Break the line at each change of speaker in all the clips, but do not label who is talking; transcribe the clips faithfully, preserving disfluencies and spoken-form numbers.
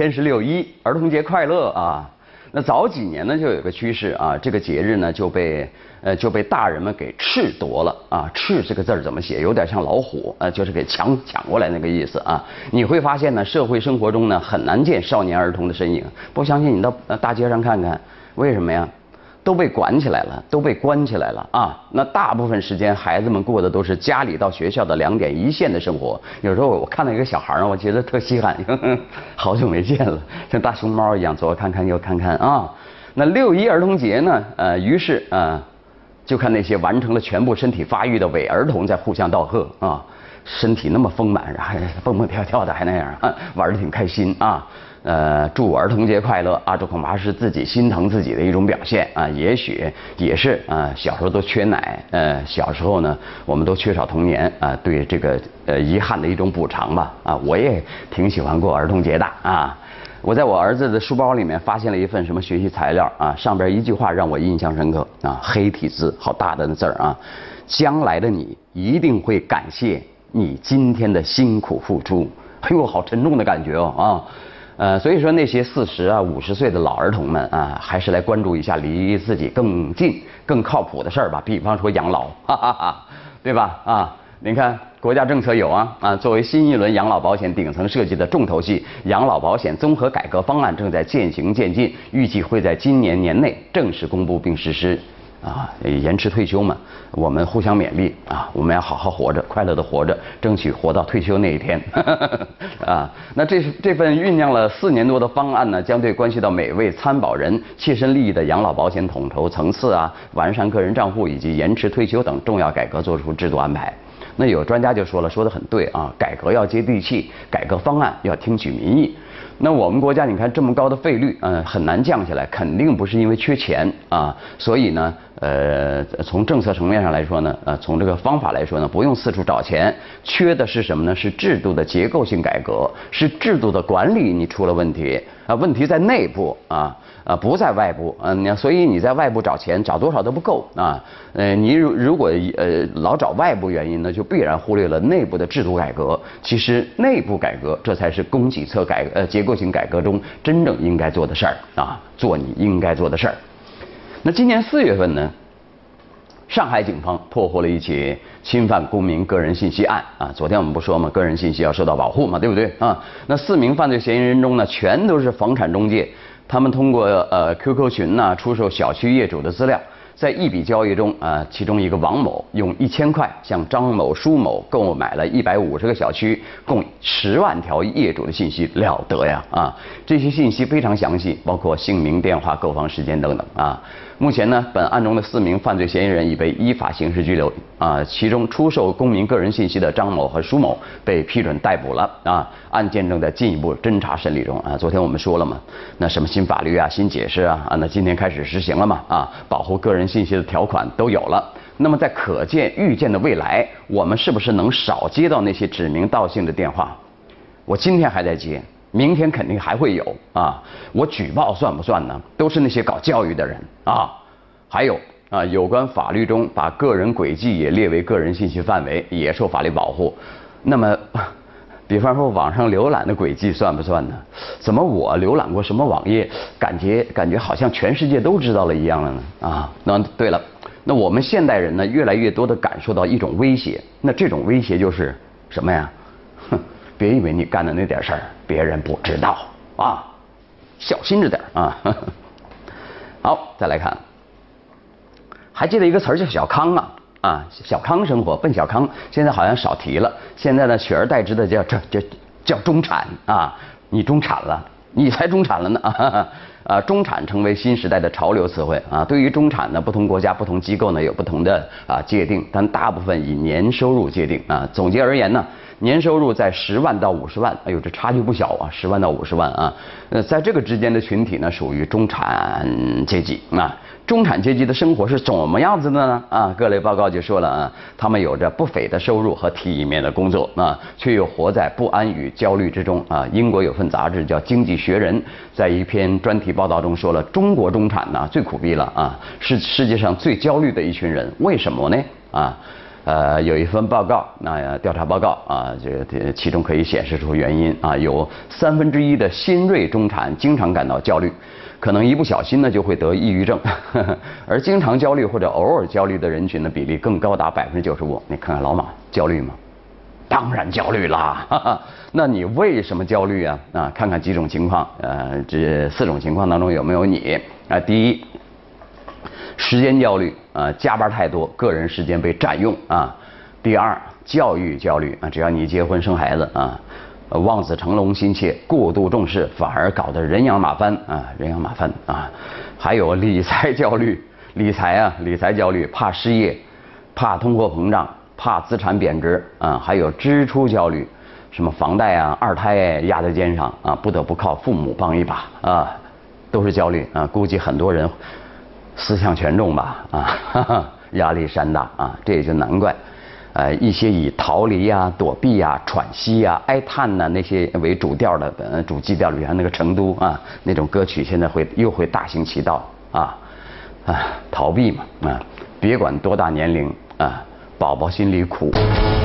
天是六一，儿童节快乐啊！那早几年呢，就有个趋势啊，这个节日呢就被呃就被大人们给褫夺了啊。褫这个字儿怎么写？有点像老虎，呃，就是给抢抢过来那个意思啊。你会发现呢，社会生活中呢很难见少年儿童的身影。不相信你到大街上看看，为什么呀？都被管起来了，都被关起来了啊！那大部分时间，孩子们过的都是家里到学校的两点一线的生活。有时候我看到一个小孩呢，我觉得特稀罕，呵呵好久没见了，像大熊猫一样，左看看右看看啊。那六一儿童节呢，呃，于是啊、呃，就看那些完成了全部身体发育的伪儿童在互相道贺啊，身体那么丰满，还蹦蹦跳跳的，还那样啊，玩得挺开心啊。呃，祝儿童节快乐啊！这恐怕是自己心疼自己的一种表现啊，也许也是啊，小时候都缺奶，呃，小时候呢，我们都缺少童年啊，对这个呃遗憾的一种补偿吧啊，我也挺喜欢过儿童节的啊。我在我儿子的书包里面发现了一份什么学习材料啊，上边一句话让我印象深刻啊，黑体字，好大的那字儿啊，将来的你一定会感谢你今天的辛苦付出。哎呦，好沉重的感觉哦啊。呃，所以说那些四十啊、五十岁的老儿童们啊，还是来关注一下离自己更近、更靠谱的事儿吧。比方说养老，哈哈哈，对吧？啊，你看国家政策有啊啊，作为新一轮养老保险顶层设计的重头戏，养老保险综合改革方案正在渐行渐近，预计会在今年年内正式公布并实施。啊，延迟退休嘛，我们互相勉励啊，我们要好好活着，快乐的活着，争取活到退休那一天。啊，那这是这份酝酿了四年多的方案呢，将对关系到每位参保人切身利益的养老保险统筹层次啊、完善个人账户以及延迟退休等重要改革做出制度安排。那有专家就说了，说得很对啊，改革要接地气，改革方案要听取民意。那我们国家你看这么高的费率，嗯、呃，很难降下来，肯定不是因为缺钱啊，所以呢，呃，从政策层面上来说呢，呃，从这个方法来说呢，不用四处找钱，缺的是什么呢？是制度的结构性改革，是制度的管理你出了问题啊，问题在内部啊。啊，不在外部，嗯、呃，所以你在外部找钱，找多少都不够啊。呃，你如如果呃老找外部原因呢，就必然忽略了内部的制度改革。其实内部改革，这才是供给侧改呃结构性改革中真正应该做的事儿啊，做你应该做的事儿。那今年四月份呢，上海警方破获了一起侵犯公民个人信息案啊。昨天我们不说嘛，个人信息要受到保护嘛，对不对啊？那四名犯罪嫌疑人中呢，全都是房产中介。他们通过呃 Q Q 群呐、啊、出售小区业主的资料，在一笔交易中啊、呃，其中一个王某用一千块向张某、舒某购买了一百五十个小区，共十万条业主的信息，了得呀啊！这些信息非常详细，包括姓名、电话、购房时间等等啊。目前呢，本案中的四名犯罪嫌疑人已被依法刑事拘留啊，其中出售公民个人信息的张某和舒某被批准逮捕了啊，案件正在进一步侦查审理中啊。昨天我们说了嘛，那什么新法律啊、新解释啊啊，那今天开始实行了嘛啊，保护个人信息的条款都有了。那么在可见预见的未来，我们是不是能少接到那些指名道姓的电话？我今天还在接。明天肯定还会有啊！我举报算不算呢？都是那些搞教育的人啊。还有啊，有关法律中把个人轨迹也列为个人信息范围，也受法律保护。那么，比方说网上浏览的轨迹算不算呢？怎么我浏览过什么网页，感觉感觉好像全世界都知道了一样了呢？啊，那对了，那我们现代人呢，越来越多地感受到一种威胁。那这种威胁就是什么呀？哼。别以为你干的那点事儿别人不知道啊，小心着点啊。好，再来看，还记得一个词儿叫小康啊啊，小康生活，奔小康，现在好像少提了。现在呢，取而代之的叫这这叫中产啊，你中产了，你才中产了呢啊。啊，中产成为新时代的潮流词汇啊。对于中产呢，不同国家、不同机构呢有不同的啊界定，但大部分以年收入界定啊。总结而言呢，年收入在十万到五十万，哎呦，这差距不小啊，十万到五十万啊。呃，在这个之间的群体呢，属于中产阶级啊。中产阶级的生活是怎么样子的呢？啊，各类报告就说了啊，他们有着不菲的收入和体面的工作啊，却又活在不安与焦虑之中啊。英国有份杂志叫《经济学人》，在一篇专题报道中说了，中国中产呢最苦逼了啊，是世界上最焦虑的一群人。为什么呢？啊， 呃，有一份报告，那调查报告啊，这这其中可以显示出原因啊，有三分之一的新锐中产经常感到焦虑，可能一不小心呢就会得抑郁症，呵呵，而经常焦虑或者偶尔焦虑的人群的比例更高达百分之九十五。你看看老马焦虑吗？当然焦虑啦，哈哈。那你为什么焦虑啊？啊，看看几种情况，呃，这四种情况当中有没有你啊？第一，时间焦虑啊，加班太多，个人时间被占用啊。第二，教育焦虑啊，只要你结婚生孩子啊，望子成龙心切，过度重视，反而搞得人仰马翻啊，人仰马翻啊。还有理财焦虑，理财啊，理财焦虑，怕失业，怕通货膨胀，怕资产贬值啊，还有支出焦虑，什么房贷啊、二胎压在肩上啊，不得不靠父母帮一把啊，都是焦虑啊。估计很多人思想权重吧啊，哈哈，压力山大啊，这也就难怪。呃，一些以逃离呀、啊、躲避呀、啊、喘息呀、啊、哀叹呐、啊、那些为主调的呃主基调里，像那个成都啊那种歌曲，现在会又会大行其道啊啊，逃避嘛啊，别管多大年龄啊，宝宝心里苦。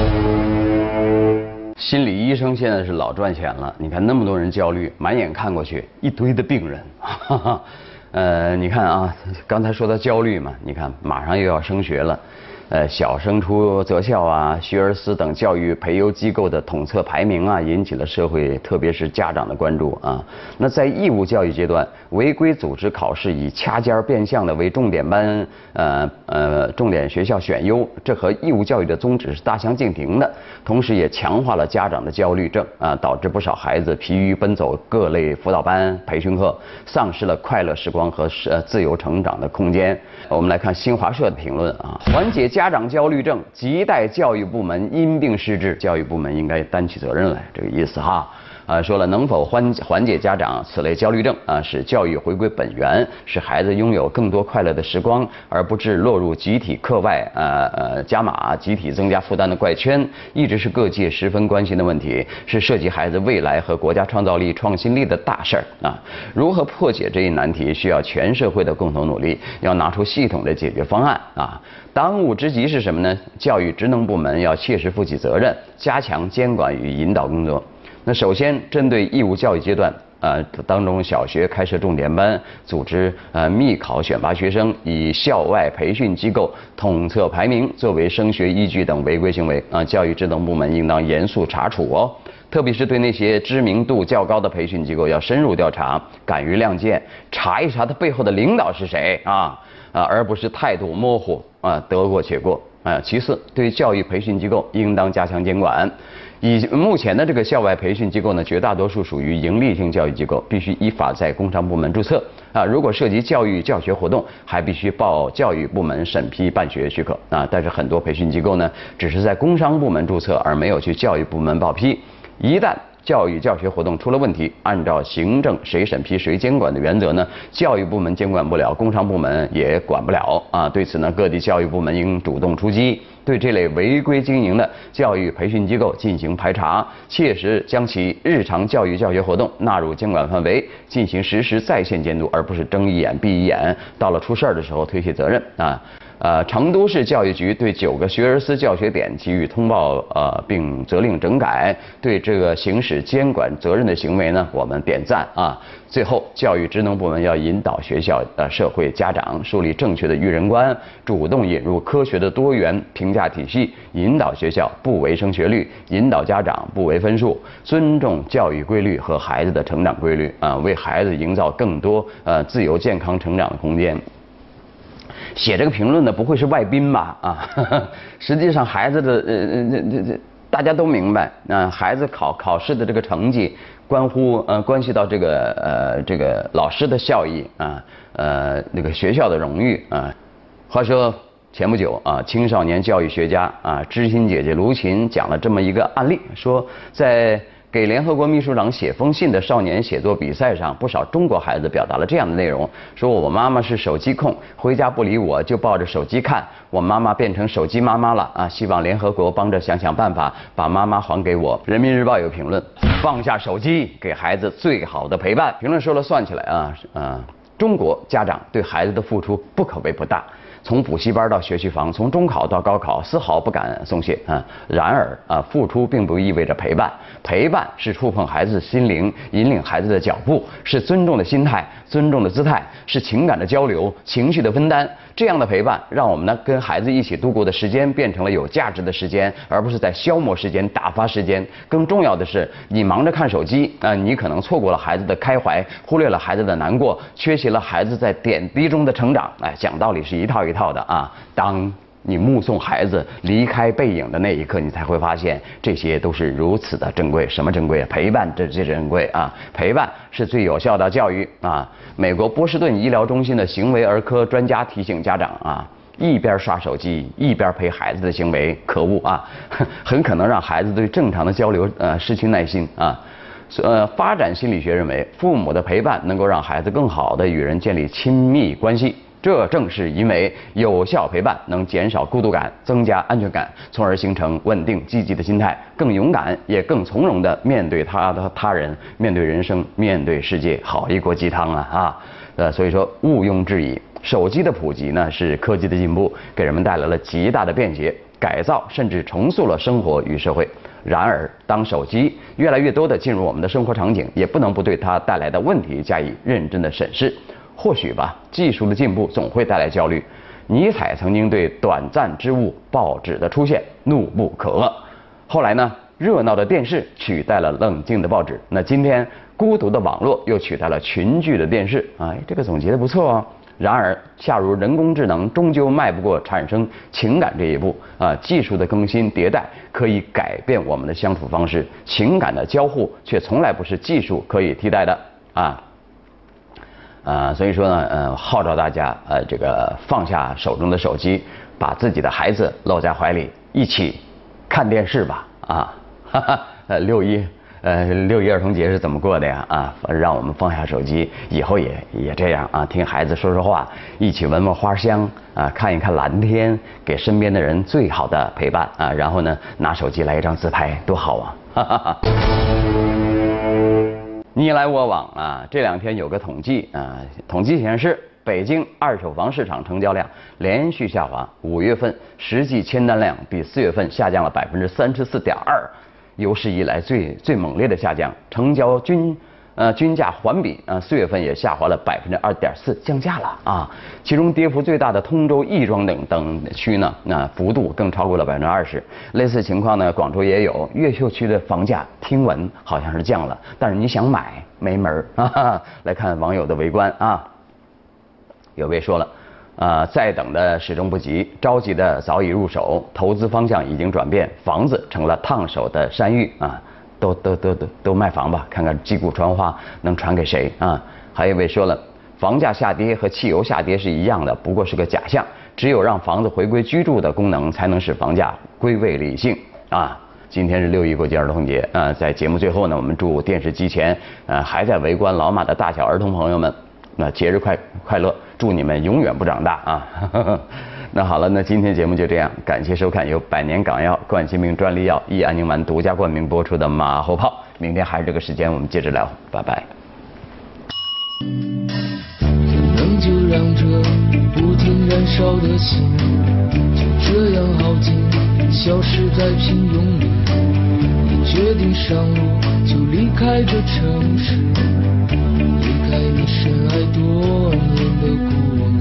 心理医生现在是老赚钱了，你看那么多人焦虑，满眼看过去一堆的病人，哈哈，呃，你看啊，刚才说到焦虑嘛，你看马上又要升学了。呃，小升初择校啊，学而思等教育培优机构的统测排名啊，引起了社会特别是家长的关注啊。那在义务教育阶段，违规组织考试，以掐尖变相的为重点班、呃呃重点学校选优，这和义务教育的宗旨是大相径庭的。同时，也强化了家长的焦虑症啊，导致不少孩子疲于奔走各类辅导班、培训课，丧失了快乐时光和呃自由成长的空间。我们来看新华社的评论啊，缓解家长焦虑症，亟待教育部门因病施治，教育部门应该担起责任来，这个意思哈。啊，说了能否缓缓解家长此类焦虑症啊，使教育回归本源，使孩子拥有更多快乐的时光，而不致落入集体课外呃呃加码、集体增加负担的怪圈，一直是各界十分关心的问题，是涉及孩子未来和国家创造力、创新力的大事儿啊。如何破解这一难题，需要全社会的共同努力，要拿出系统的解决方案啊。当务之急是什么呢？教育职能部门要切实负起责任，加强监管与引导工作。那首先，针对义务教育阶段，呃当中小学开设重点班，组织呃密考选拔学生，以校外培训机构统测排名作为升学依据等违规行为啊，教育职能部门应当严肃查处哦。特别是对那些知名度较高的培训机构，要深入调查，敢于亮剑，查一查它背后的领导是谁啊啊，而不是态度模糊啊，得过且过啊。其次，对教育培训机构应当加强监管。以目前的这个校外培训机构呢，绝大多数属于营利性教育机构，必须依法在工商部门注册啊。如果涉及教育教学活动，还必须报教育部门审批办学许可啊。但是很多培训机构呢，只是在工商部门注册，而没有去教育部门报批。一旦教育教学活动出了问题，按照行政谁审批谁监管的原则呢，教育部门监管不了，工商部门也管不了啊。对此呢，各地教育部门应主动出击，对这类违规经营的教育培训机构进行排查，切实将其日常教育教学活动纳入监管范围，进行实时在线监督，而不是睁一眼闭一眼，到了出事儿的时候推卸责任啊。呃，成都市教育局对九个学而思教学点给予通报，呃，并责令整改。对这个行使监管责任的行为呢，我们点赞啊。最后，教育职能部门要引导学校、呃社会、家长树立正确的育人观，主动引入科学的多元评价体系，引导学校不唯升学率，引导家长不唯分数，尊重教育规律和孩子的成长规律啊，为孩子营造更多呃自由健康成长的空间。写这个评论的不会是外宾吧？啊，呵呵实际上孩子的呃呃这这大家都明白啊、呃，孩子考考试的这个成绩关乎呃关系到这个呃这个老师的效益啊，呃那个学校的荣誉啊。话说前不久啊，青少年教育学家啊知心姐姐卢琴讲了这么一个案例，说在给联合国秘书长写封信的少年写作比赛上，不少中国孩子表达了这样的内容：说我妈妈是手机控，回家不理我就抱着手机看，我妈妈变成手机妈妈了啊！希望联合国帮着想想办法，把妈妈还给我。人民日报有评论：放下手机，给孩子最好的陪伴。评论说了算起来啊啊，中国家长对孩子的付出不可谓不大。 从补习班到学区房，从中考到高考，丝毫不敢松懈啊。然而啊，付出并不意味着陪伴，陪伴是触碰孩子心灵，引领孩子的脚步，是尊重的心态，尊重的姿态，是情感的交流，情绪的分担。这样的陪伴，让我们呢跟孩子一起度过的时间变成了有价值的时间，而不是在消磨时间、打发时间。更重要的是，你忙着看手机，啊、呃，你可能错过了孩子的开怀，忽略了孩子的难过，缺席了孩子在点滴中的成长。哎，讲道理是一套一套的啊。当你目送孩子离开背影的那一刻，你才会发现这些都是如此的珍贵。什么珍贵啊？陪伴这这珍贵啊！陪伴是最有效的教育啊！美国波士顿医疗中心的行为儿科专家提醒家长啊，一边刷手机一边陪孩子的行为，可恶啊！很可能让孩子对正常的交流呃失去耐心啊。呃，发展心理学认为，父母的陪伴能够让孩子更好地与人建立亲密关系。这正是因为有效陪伴能减少孤独感，增加安全感，从而形成稳定积极的心态，更勇敢也更从容地面对他的他人，面对人生，面对世界。好一锅鸡汤啊啊！呃，所以说毋庸置疑，手机的普及呢是科技的进步，给人们带来了极大的便捷、改造，甚至重塑了生活与社会。然而，当手机越来越多地进入我们的生活场景，也不能不对它带来的问题加以认真的审视。或许吧，技术的进步总会带来焦虑。尼采曾经对短暂之物报纸的出现怒不可遏。后来呢，热闹的电视取代了冷静的报纸。那今天，孤独的网络又取代了群聚的电视。哎，这个总结的不错哦。然而，恰如人工智能终究迈不过产生情感这一步啊，技术的更新迭代可以改变我们的相处方式，情感的交互却从来不是技术可以替代的啊。啊、呃，所以说呢，呃，号召大家，呃，这个放下手中的手机，把自己的孩子搂在怀里，一起看电视吧，啊，哈哈，呃，六一，呃，六一儿童节是怎么过的呀？啊，让我们放下手机，以后也也这样啊，听孩子说说话，一起闻闻花香，啊，看一看蓝天，给身边的人最好的陪伴啊，然后呢，拿手机来一张自拍，多好啊，哈哈哈。你来我往啊！这两天有个统计啊，统计显示，北京二手房市场成交量连续下滑，五月份实际签单量比四月份下降了百分之三十四点二，有史以来最最猛烈的下降。成交均呃均价环比啊，四月份也下滑了百分之二点四，降价了啊。其中跌幅最大的通州、亦庄等等区呢，那幅度更超过了百分之二十。类似情况呢，广州也有。越秀区的房价听闻好像是降了，但是你想买没门儿啊！来看网友的围观啊，有位说了。啊、呃，在等的始终不及，着急的早已入手，投资方向已经转变，房子成了烫手的山芋啊！都都都都都卖房吧，看看击鼓传花能传给谁啊？还有一位说了，房价下跌和汽油下跌是一样的，不过是个假象，只有让房子回归居住的功能，才能使房价归位理性啊！今天是六一国际儿童节啊、呃，在节目最后呢，我们祝电视机前呃还在围观老马的大小儿童朋友们，那节日快快乐，祝你们永远不长大啊！呵呵那好了，那今天节目就这样，感谢收看由百年港药冠心病专利药益安宁丸独家冠名播出的马后炮。明天还是这个时间，我们接着聊，拜拜。
能就让这不停燃烧的心，就这样耗尽，消失在平庸里。你决定上路，就离开这城市，离开你深爱多年的过往。